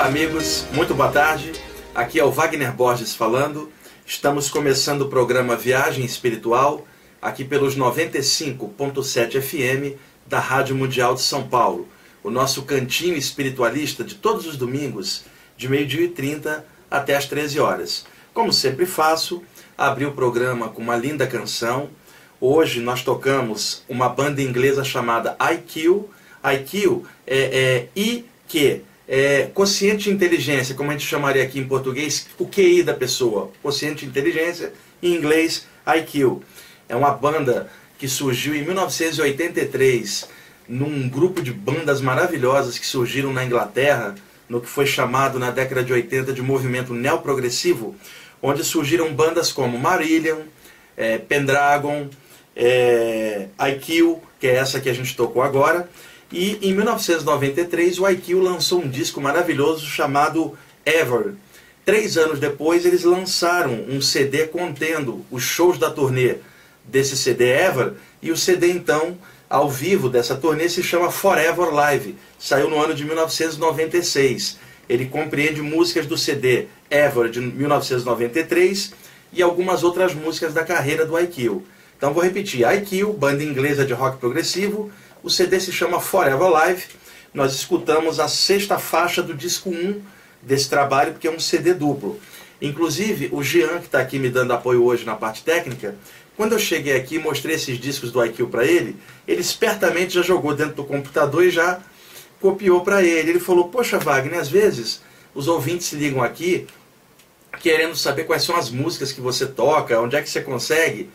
Olá amigos, muito boa tarde, aqui é o Wagner Borges falando. Estamos começando o programa Viagem Espiritual, aqui pelos 95.7 FM da Rádio Mundial de São Paulo. O nosso cantinho espiritualista de todos os domingos, de 12h30 até as 13 horas. Como sempre faço, abri o programa com uma linda canção. Hoje nós tocamos uma banda inglesa chamada IQ. IQ é IQ. Consciente inteligência, como a gente chamaria aqui em português, o QI da pessoa, consciente inteligência, em inglês IQ. É uma banda que surgiu em 1983, num grupo de bandas maravilhosas que surgiram na Inglaterra, no que foi chamado na década de 80 de movimento neoprogressivo, onde surgiram bandas como Marillion, Pendragon, IQ, que é essa que a gente tocou agora. E em 1993 o IQ lançou um disco maravilhoso chamado Ever. 3 anos depois eles lançaram um CD contendo os shows da turnê desse CD Ever, e o CD então, ao vivo dessa turnê, se chama Forever Live. Saiu no ano de 1996. Ele compreende músicas do CD Ever de 1993 e algumas outras músicas da carreira do IQ. Então vou repetir, IQ, banda inglesa de rock progressivo. O CD se chama Forever Live. Nós escutamos a 6ª faixa do disco 1 desse trabalho, porque é um CD duplo. Inclusive, o Jean, que está aqui me dando apoio hoje na parte técnica, quando eu cheguei aqui e mostrei esses discos do IQ para ele, ele espertamente já jogou dentro do computador e já copiou para ele. Ele falou, poxa Wagner, às vezes os ouvintes se ligam aqui querendo saber quais são as músicas que você toca, onde é que você consegue.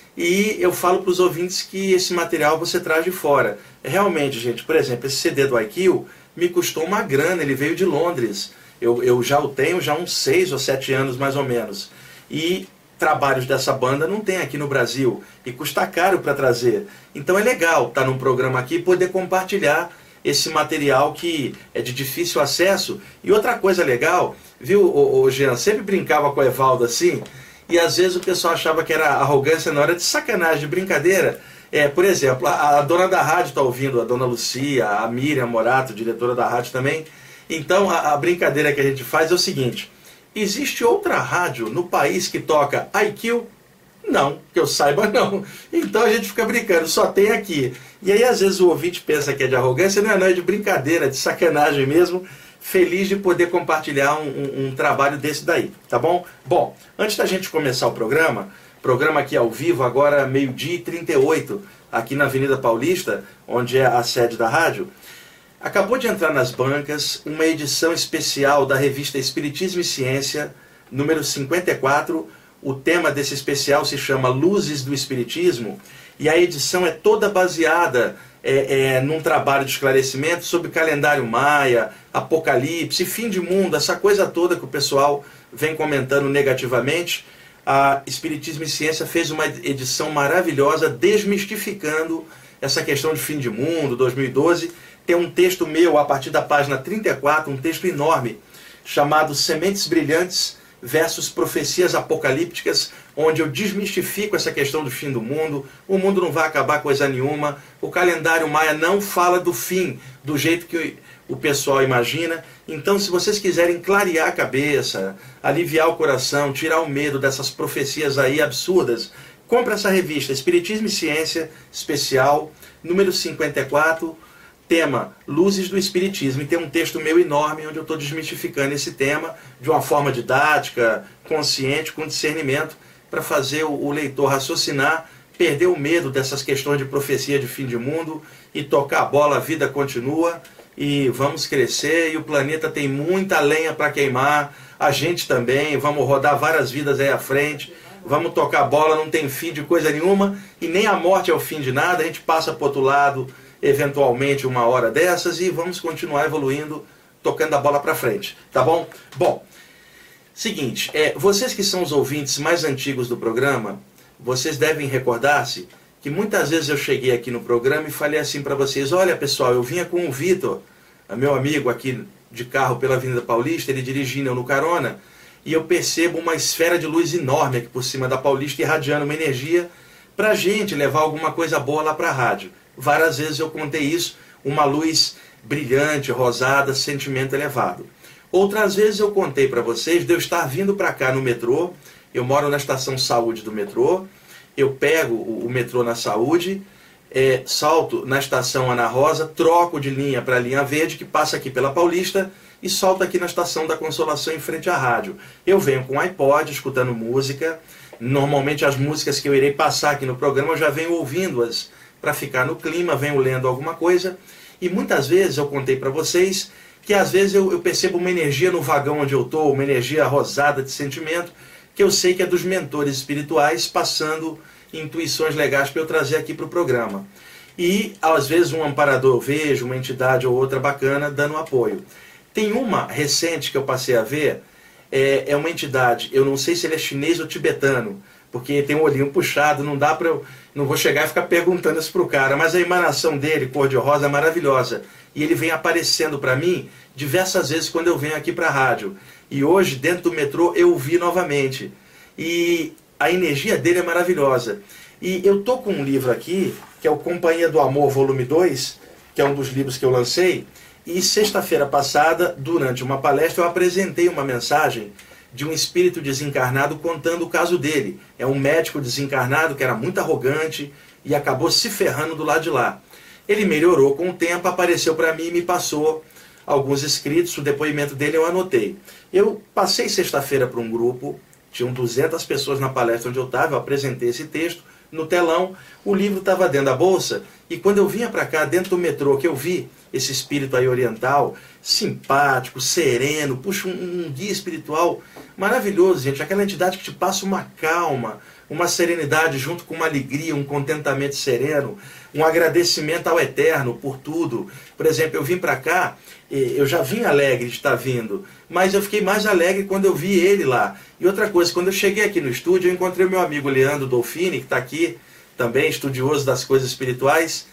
E eu falo para os ouvintes que esse material você traz de fora. Realmente, gente, por exemplo, esse CD do IQ me custou uma grana, ele veio de Londres. Eu já o tenho já há uns 6 ou 7 anos mais ou menos. E trabalhos dessa banda não tem aqui no Brasil. E custa caro para trazer. Então é legal estar num programa aqui e poder compartilhar esse material que é de difícil acesso. E outra coisa legal, viu, o Jean, sempre brincava com o Evaldo assim, e às vezes o pessoal achava que era arrogância na hora de sacanagem, de brincadeira. Por exemplo, a dona da rádio está ouvindo, a dona Lucia, a Miriam Morato, diretora da rádio também. Então a brincadeira que a gente faz é o seguinte: existe outra rádio no país que toca IQ? Não, que eu saiba não. Então a gente fica brincando, só tem aqui. E aí às vezes o ouvinte pensa que é de arrogância, não, é de brincadeira, de sacanagem mesmo. Feliz de poder compartilhar um trabalho desse daí, tá bom? Bom, antes da gente começar o programa aqui ao vivo, agora 12h38, aqui na Avenida Paulista, onde é a sede da rádio, acabou de entrar nas bancas uma edição especial da revista Espiritismo e Ciência, número 54. O tema desse especial se chama Luzes do Espiritismo, e a edição é toda baseada num trabalho de esclarecimento sobre calendário maia, apocalipse, fim de mundo, essa coisa toda que o pessoal vem comentando negativamente. A Espiritismo e Ciência fez uma edição maravilhosa desmistificando essa questão de fim de mundo, 2012. Tem um texto meu a partir da página 34, um texto enorme, chamado Sementes Brilhantes versus Profecias Apocalípticas, onde eu desmistifico essa questão do fim do mundo. O mundo não vai acabar coisa nenhuma, o calendário maia não fala do fim do jeito que o pessoal imagina. Então, se vocês quiserem clarear a cabeça, aliviar o coração, tirar o medo dessas profecias aí absurdas, compre essa revista Espiritismo e Ciência Especial, número 54, tema Luzes do Espiritismo, e tem um texto meu enorme onde eu estou desmistificando esse tema de uma forma didática, consciente, com discernimento, para fazer o leitor raciocinar, perder o medo dessas questões de profecia de fim de mundo e tocar a bola. A vida continua e vamos crescer, e o planeta tem muita lenha para queimar, a gente também, vamos rodar várias vidas aí à frente, vamos tocar a bola, não tem fim de coisa nenhuma, e nem a morte é o fim de nada, a gente passa para o outro lado eventualmente uma hora dessas, e vamos continuar evoluindo, tocando a bola para frente, tá bom? Bom, seguinte, vocês que são os ouvintes mais antigos do programa, vocês devem recordar-se que muitas vezes eu cheguei aqui no programa e falei assim para vocês: olha pessoal, eu vinha com o Vitor, meu amigo aqui de carro pela Avenida Paulista, ele dirigindo, eu no carona, e eu percebo uma esfera de luz enorme aqui por cima da Paulista, irradiando uma energia para a gente levar alguma coisa boa lá para a rádio. Várias vezes eu contei isso, uma luz brilhante, rosada, sentimento elevado. Outras vezes eu contei para vocês de eu estar vindo para cá no metrô. Eu moro na estação Saúde do metrô. Eu pego o metrô na Saúde, salto na estação Ana Rosa, troco de linha para a linha verde, que passa aqui pela Paulista, e solto aqui na estação da Consolação, em frente à rádio. Eu venho com o iPod, escutando música. Normalmente as músicas que eu irei passar aqui no programa, eu já venho ouvindo-as para ficar no clima, venho lendo alguma coisa. E muitas vezes eu contei para vocês que às vezes eu percebo uma energia no vagão onde eu estou, uma energia rosada de sentimento, que eu sei que é dos mentores espirituais passando intuições legais para eu trazer aqui para o programa. E às vezes um amparador eu vejo, uma entidade ou outra bacana dando apoio. Tem uma recente que eu passei a ver, é uma entidade, eu não sei se ele é chinês ou tibetano, porque tem um olhinho puxado, não dá para eu, não vou chegar e ficar perguntando isso para o cara, mas a emanação dele, cor-de-rosa, é maravilhosa. E ele vem aparecendo para mim diversas vezes quando eu venho aqui para a rádio. E hoje, dentro do metrô, eu o vi novamente. E a energia dele é maravilhosa. E eu tô com um livro aqui, que é o Companhia do Amor, volume 2, que é um dos livros que eu lancei. E sexta-feira passada, durante uma palestra, eu apresentei uma mensagem de um espírito desencarnado contando o caso dele. É um médico desencarnado que era muito arrogante e acabou se ferrando do lado de lá. Ele melhorou com o tempo, apareceu para mim e me passou alguns escritos, o depoimento dele eu anotei. Eu passei sexta-feira para um grupo, tinham 200 pessoas na palestra onde eu estava, eu apresentei esse texto no telão, o livro estava dentro da bolsa, e quando eu vinha para cá, dentro do metrô, que eu vi esse espírito aí oriental, simpático, sereno, puxa, um guia espiritual maravilhoso, gente, aquela entidade que te passa uma calma, uma serenidade junto com uma alegria, um contentamento sereno, um agradecimento ao Eterno por tudo. Por exemplo, eu vim para cá, eu já vim alegre de estar vindo, mas eu fiquei mais alegre quando eu vi ele lá. E outra coisa, quando eu cheguei aqui no estúdio, eu encontrei o meu amigo Leandro Dolfini, que está aqui também, estudioso das coisas espirituais,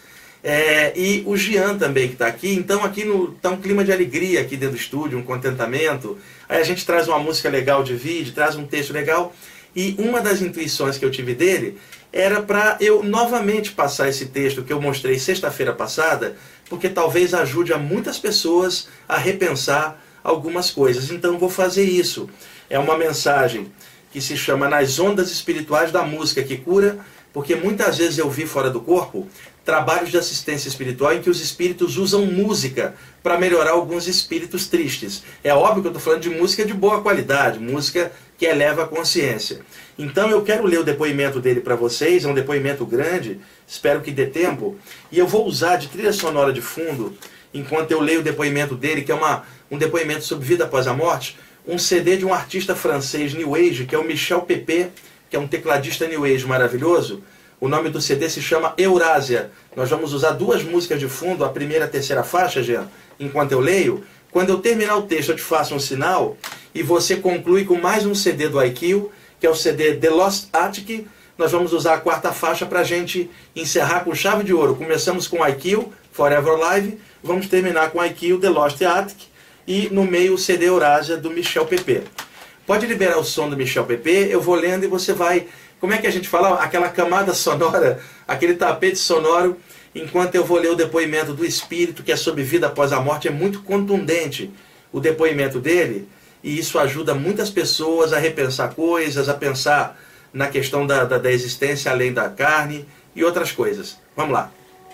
e o Jean também, que está aqui. Então aqui está um clima de alegria aqui dentro do estúdio, um contentamento. Aí a gente traz uma música legal de vídeo, traz um texto legal. E uma das intuições que eu tive dele era para eu novamente passar esse texto que eu mostrei sexta-feira passada, porque talvez ajude a muitas pessoas a repensar algumas coisas. Então eu vou fazer isso. É uma mensagem que se chama Nas Ondas Espirituais da Música que Cura, porque muitas vezes eu vi fora do corpo trabalhos de assistência espiritual em que os espíritos usam música para melhorar alguns espíritos tristes. É óbvio que eu estou falando de música de boa qualidade, música que eleva a consciência. Então eu quero ler o depoimento dele para vocês, é um depoimento grande, espero que dê tempo, e eu vou usar de trilha sonora de fundo, enquanto eu leio o depoimento dele, que é um depoimento sobre vida após a morte, um CD de um artista francês New Age, que é o Michel Pépé, que é um tecladista New Age maravilhoso. O nome do CD se chama Eurásia. Nós vamos usar duas músicas de fundo, a primeira e a terceira faixa, Jean, enquanto eu leio. Quando eu terminar o texto, eu te faço um sinal e você conclui com mais um CD do IQ, que é o CD The Lost Attic. Nós vamos usar a quarta faixa para a gente encerrar com chave de ouro. Começamos com IQ, Forever Live, vamos terminar com IQ, The Lost Attic, e no meio o CD Eurásia do Michel Pépé. Pode liberar o som do Michel Pépé, eu vou lendo e você vai... Como é que a gente fala? Aquela camada sonora, aquele tapete sonoro, enquanto eu vou ler o depoimento do espírito, que é sobre vida após a morte. É muito contundente o depoimento dele, e isso ajuda muitas pessoas a repensar coisas, a pensar na questão da existência além da carne e outras coisas. Vamos lá.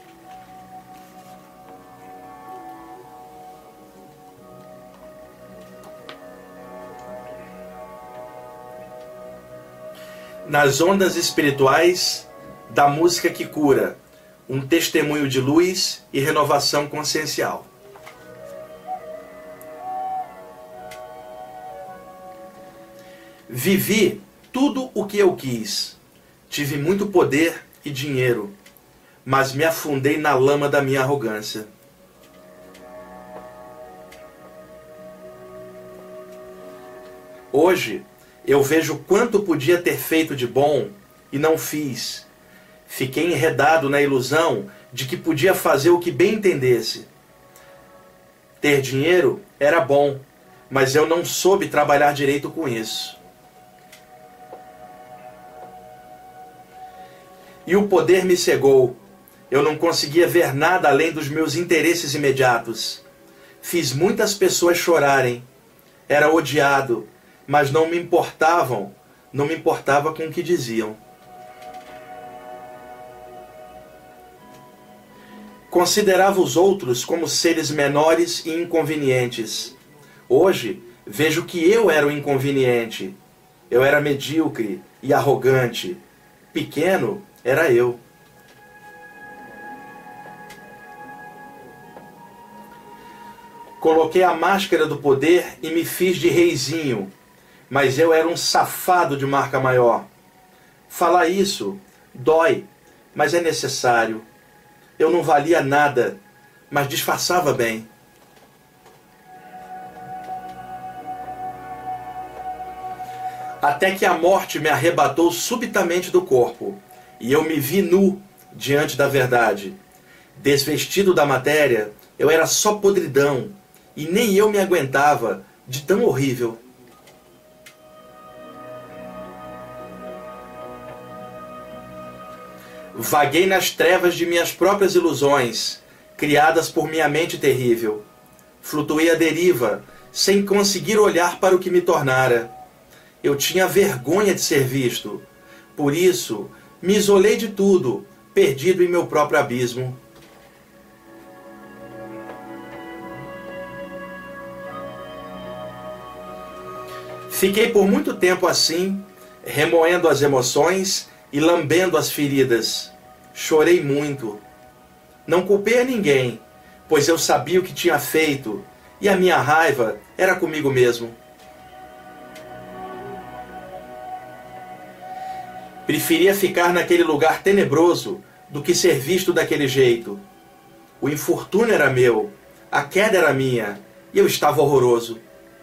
Nas ondas espirituais da música que cura, um testemunho de luz e renovação consciencial. Vivi tudo o que eu quis, tive muito poder e dinheiro, mas me afundei na lama da minha arrogância. Hoje, eu vejo quanto podia ter feito de bom e não fiz. Fiquei enredado na ilusão de que podia fazer o que bem entendesse. Ter dinheiro era bom, mas eu não soube trabalhar direito com isso. E o poder me cegou. Eu não conseguia ver nada além dos meus interesses imediatos. Fiz muitas pessoas chorarem. Era odiado, mas não me importava com o que diziam. Considerava os outros como seres menores e inconvenientes. Hoje, vejo que eu era o inconveniente. Eu era medíocre e arrogante. Pequeno era eu. Coloquei a máscara do poder e me fiz de reizinho, mas eu era um safado de marca maior. Falar isso dói, mas é necessário. Eu não valia nada, mas disfarçava bem. Até que a morte me arrebatou subitamente do corpo, e eu me vi nu diante da verdade. Desvestido da matéria, eu era só podridão, e nem eu me aguentava de tão horrível. Vaguei nas trevas de minhas próprias ilusões, criadas por minha mente terrível. Flutuei à deriva, sem conseguir olhar para o que me tornara. Eu tinha vergonha de ser visto. Por isso, me isolei de tudo, perdido em meu próprio abismo. Fiquei por muito tempo assim, remoendo as emoções e lambendo as feridas. Chorei muito. Não culpei a ninguém, pois eu sabia o que tinha feito, e a minha raiva era comigo mesmo. Preferia ficar naquele lugar tenebroso do que ser visto daquele jeito. O infortúnio era meu, a queda era minha, e eu estava horroroso.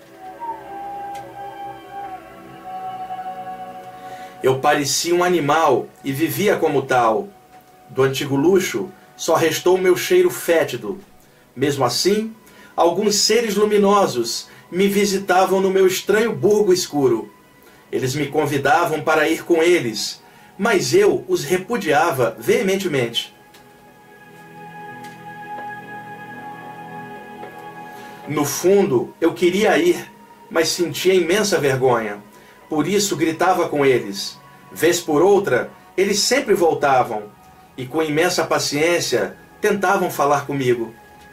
Eu parecia um animal e vivia como tal. Do antigo luxo, só restou o meu cheiro fétido. Mesmo assim, alguns seres luminosos me visitavam no meu estranho burgo escuro. Eles me convidavam para ir com eles, mas eu os repudiava veementemente. No fundo, eu queria ir, mas sentia imensa vergonha. Por isso gritava com eles. Vez por outra, eles sempre voltavam, e com imensa paciência tentavam falar comigo.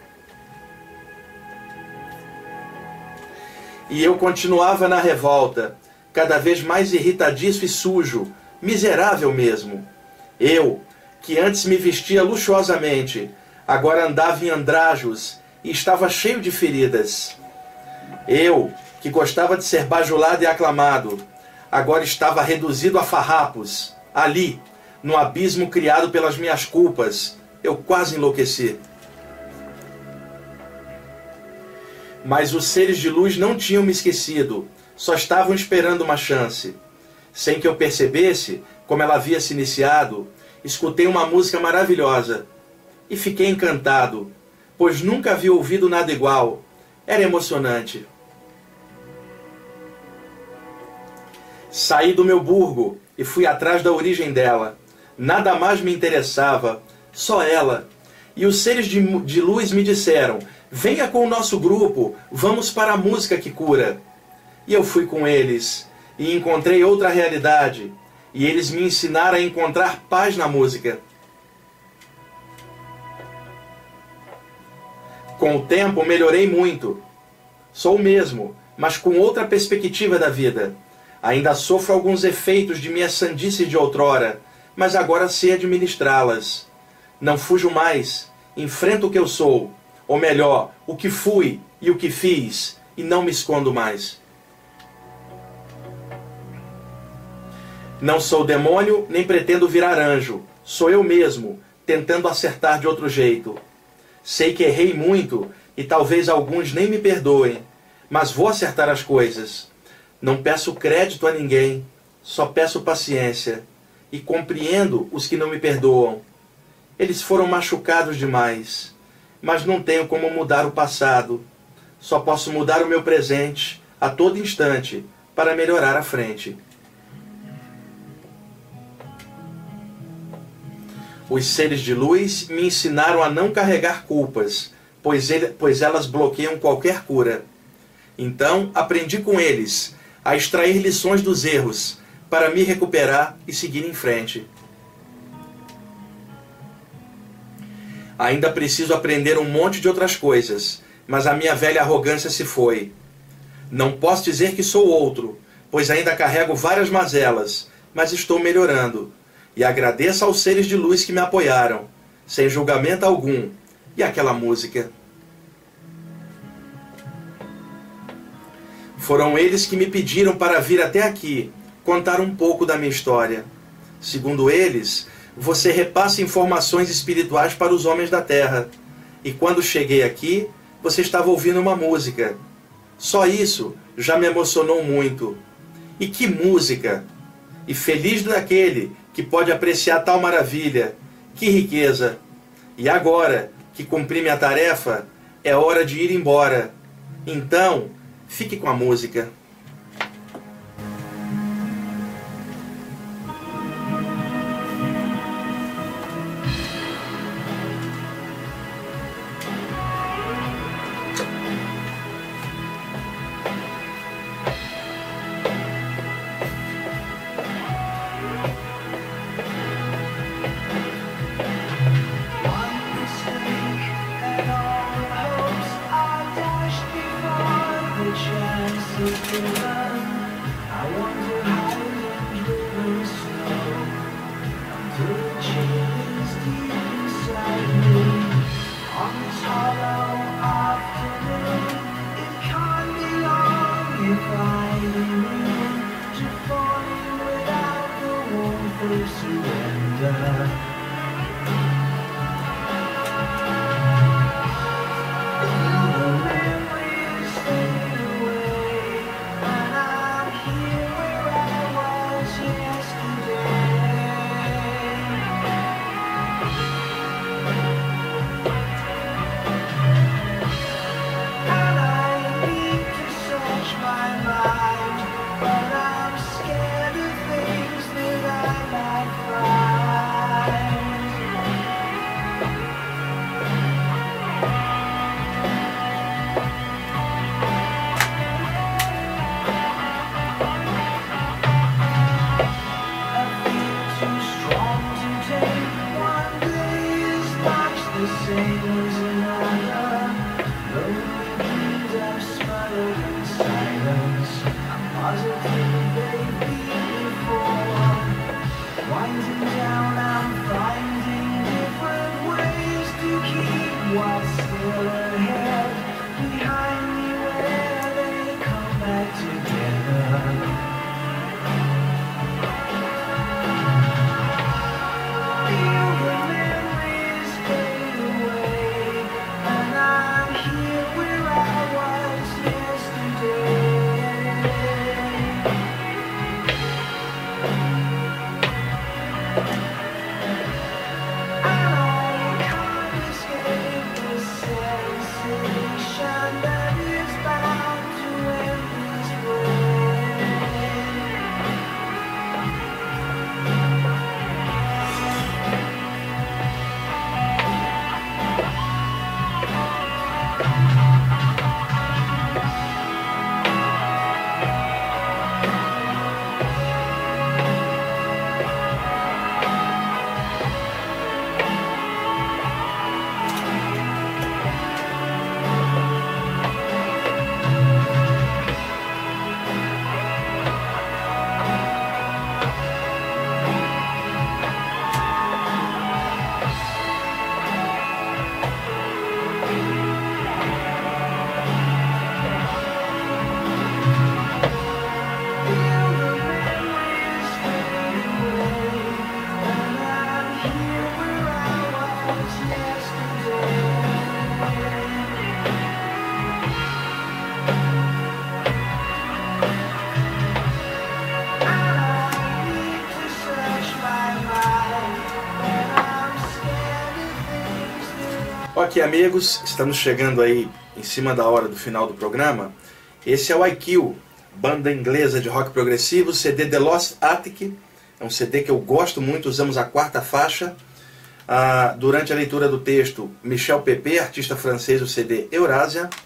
E eu continuava na revolta, cada vez mais irritadiço e sujo, miserável mesmo. Eu, que antes me vestia luxuosamente, agora andava em andrajos e estava cheio de feridas. Eu, que gostava de ser bajulado e aclamado, agora estava reduzido a farrapos. Ali, no abismo criado pelas minhas culpas, eu quase enlouqueci. Mas os seres de luz não tinham me esquecido, só estavam esperando uma chance. Sem que eu percebesse como ela havia se iniciado, escutei uma música maravilhosa e fiquei encantado, pois nunca havia ouvido nada igual. Era emocionante. Saí do meu burgo e fui atrás da origem dela. Nada mais me interessava, só ela. E os seres de luz me disseram: venha com o nosso grupo, vamos para a música que cura. E eu fui com eles e encontrei outra realidade. E eles me ensinaram a encontrar paz na música. Com o tempo melhorei muito. Sou o mesmo, mas com outra perspectiva da vida. Ainda sofro alguns efeitos de minha sandice de outrora, mas agora sei administrá-las. Não fujo mais, enfrento o que eu sou, ou melhor, o que fui e o que fiz, e não me escondo mais. Não sou demônio, nem pretendo virar anjo. Sou eu mesmo, tentando acertar de outro jeito. Sei que errei muito, e talvez alguns nem me perdoem, mas vou acertar as coisas. Não peço crédito a ninguém, só peço paciência, e compreendo os que não me perdoam. Eles foram machucados demais, mas não tenho como mudar o passado. Só posso mudar o meu presente a todo instante para melhorar a frente. Os seres de luz me ensinaram a não carregar culpas, pois elas bloqueiam qualquer cura. Então aprendi com eles a extrair lições dos erros para me recuperar e seguir em frente. Ainda preciso aprender um monte de outras coisas, mas a minha velha arrogância se foi. Não posso dizer que sou outro, pois ainda carrego várias mazelas, mas estou melhorando. E agradeço aos seres de luz que me apoiaram, sem julgamento algum. E aquela música? Foram eles que me pediram para vir até aqui, contar um pouco da minha história. Segundo eles, você repassa informações espirituais para os homens da Terra. E quando cheguei aqui, você estava ouvindo uma música. Só isso já me emocionou muito. E que música! E feliz daquele que pode apreciar tal maravilha. Que riqueza! E agora que cumpri minha tarefa, é hora de ir embora. Então, fique com a música. Ok, amigos, estamos chegando aí em cima da hora do final do programa. Esse é o I.Q, banda inglesa de rock progressivo, CD The Lost Attic. É um CD que eu gosto muito, usamos a 4ª faixa. Durante a leitura do texto, Michel Pépé, artista francês, o CD Eurásia.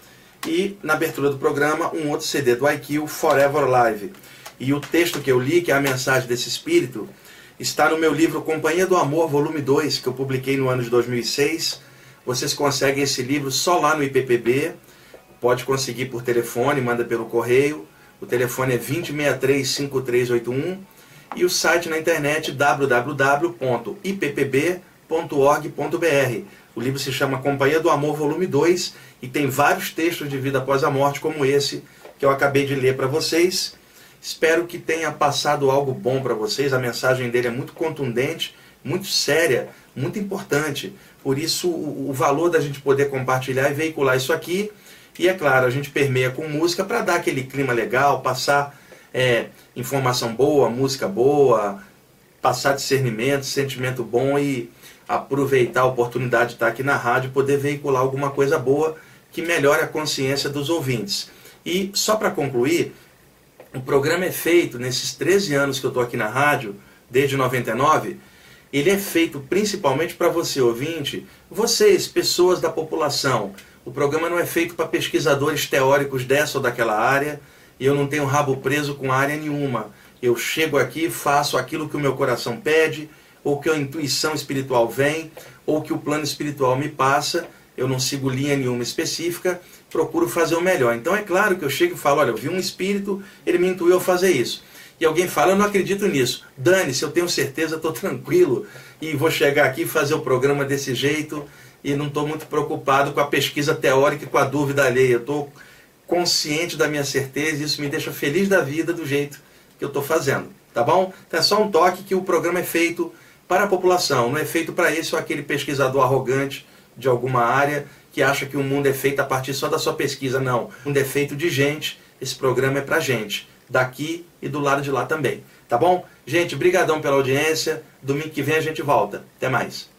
e na abertura do programa um outro CD do IQ, Forever Live. E o texto que eu li, que é a mensagem desse espírito, está no meu livro Companhia do Amor, volume 2, que eu publiquei no ano de 2006. Vocês conseguem esse livro só lá no IPPB, pode conseguir por telefone, manda pelo correio. O telefone é 2063-5381 e o site na internet www.ippb.org.br. O livro se chama Companhia do Amor, volume 2, e tem vários textos de vida após a morte, como esse que eu acabei de ler para vocês. Espero que tenha passado algo bom para vocês. A mensagem dele é muito contundente, muito séria, muito importante. Por isso, o valor da gente poder compartilhar e veicular isso aqui. E é claro, a gente permeia com música para dar aquele clima legal, passar informação boa, música boa, passar discernimento, sentimento bom e aproveitar a oportunidade de estar aqui na rádio, poder veicular alguma coisa boa que melhore a consciência dos ouvintes. E só para concluir, o programa é feito, nesses 13 anos que eu estou aqui na rádio, desde 99, ele é feito principalmente para você, ouvinte, vocês, pessoas da população. O programa não é feito para pesquisadores teóricos dessa ou daquela área, e eu não tenho rabo preso com área nenhuma. Eu chego aqui, faço aquilo que o meu coração pede, ou que a intuição espiritual vem, ou que o plano espiritual me passa. Eu não sigo linha nenhuma específica, procuro fazer o melhor. Então é claro que eu chego e falo, olha, eu vi um espírito, ele me intuiu a fazer isso. E alguém fala, eu não acredito nisso. Dane-se, eu tenho certeza, estou tranquilo, e vou chegar aqui e fazer o programa desse jeito, e não estou muito preocupado com a pesquisa teórica e com a dúvida alheia. Eu estou consciente da minha certeza, e isso me deixa feliz da vida do jeito que eu estou fazendo. Tá bom? Então é só um toque que o programa é feito para a população, não é feito para esse ou aquele pesquisador arrogante de alguma área que acha que o mundo é feito a partir só da sua pesquisa. Não, o mundo é feito de gente, esse programa é para gente, daqui e do lado de lá também. Tá bom? Gente, brigadão pela audiência, domingo que vem a gente volta. Até mais.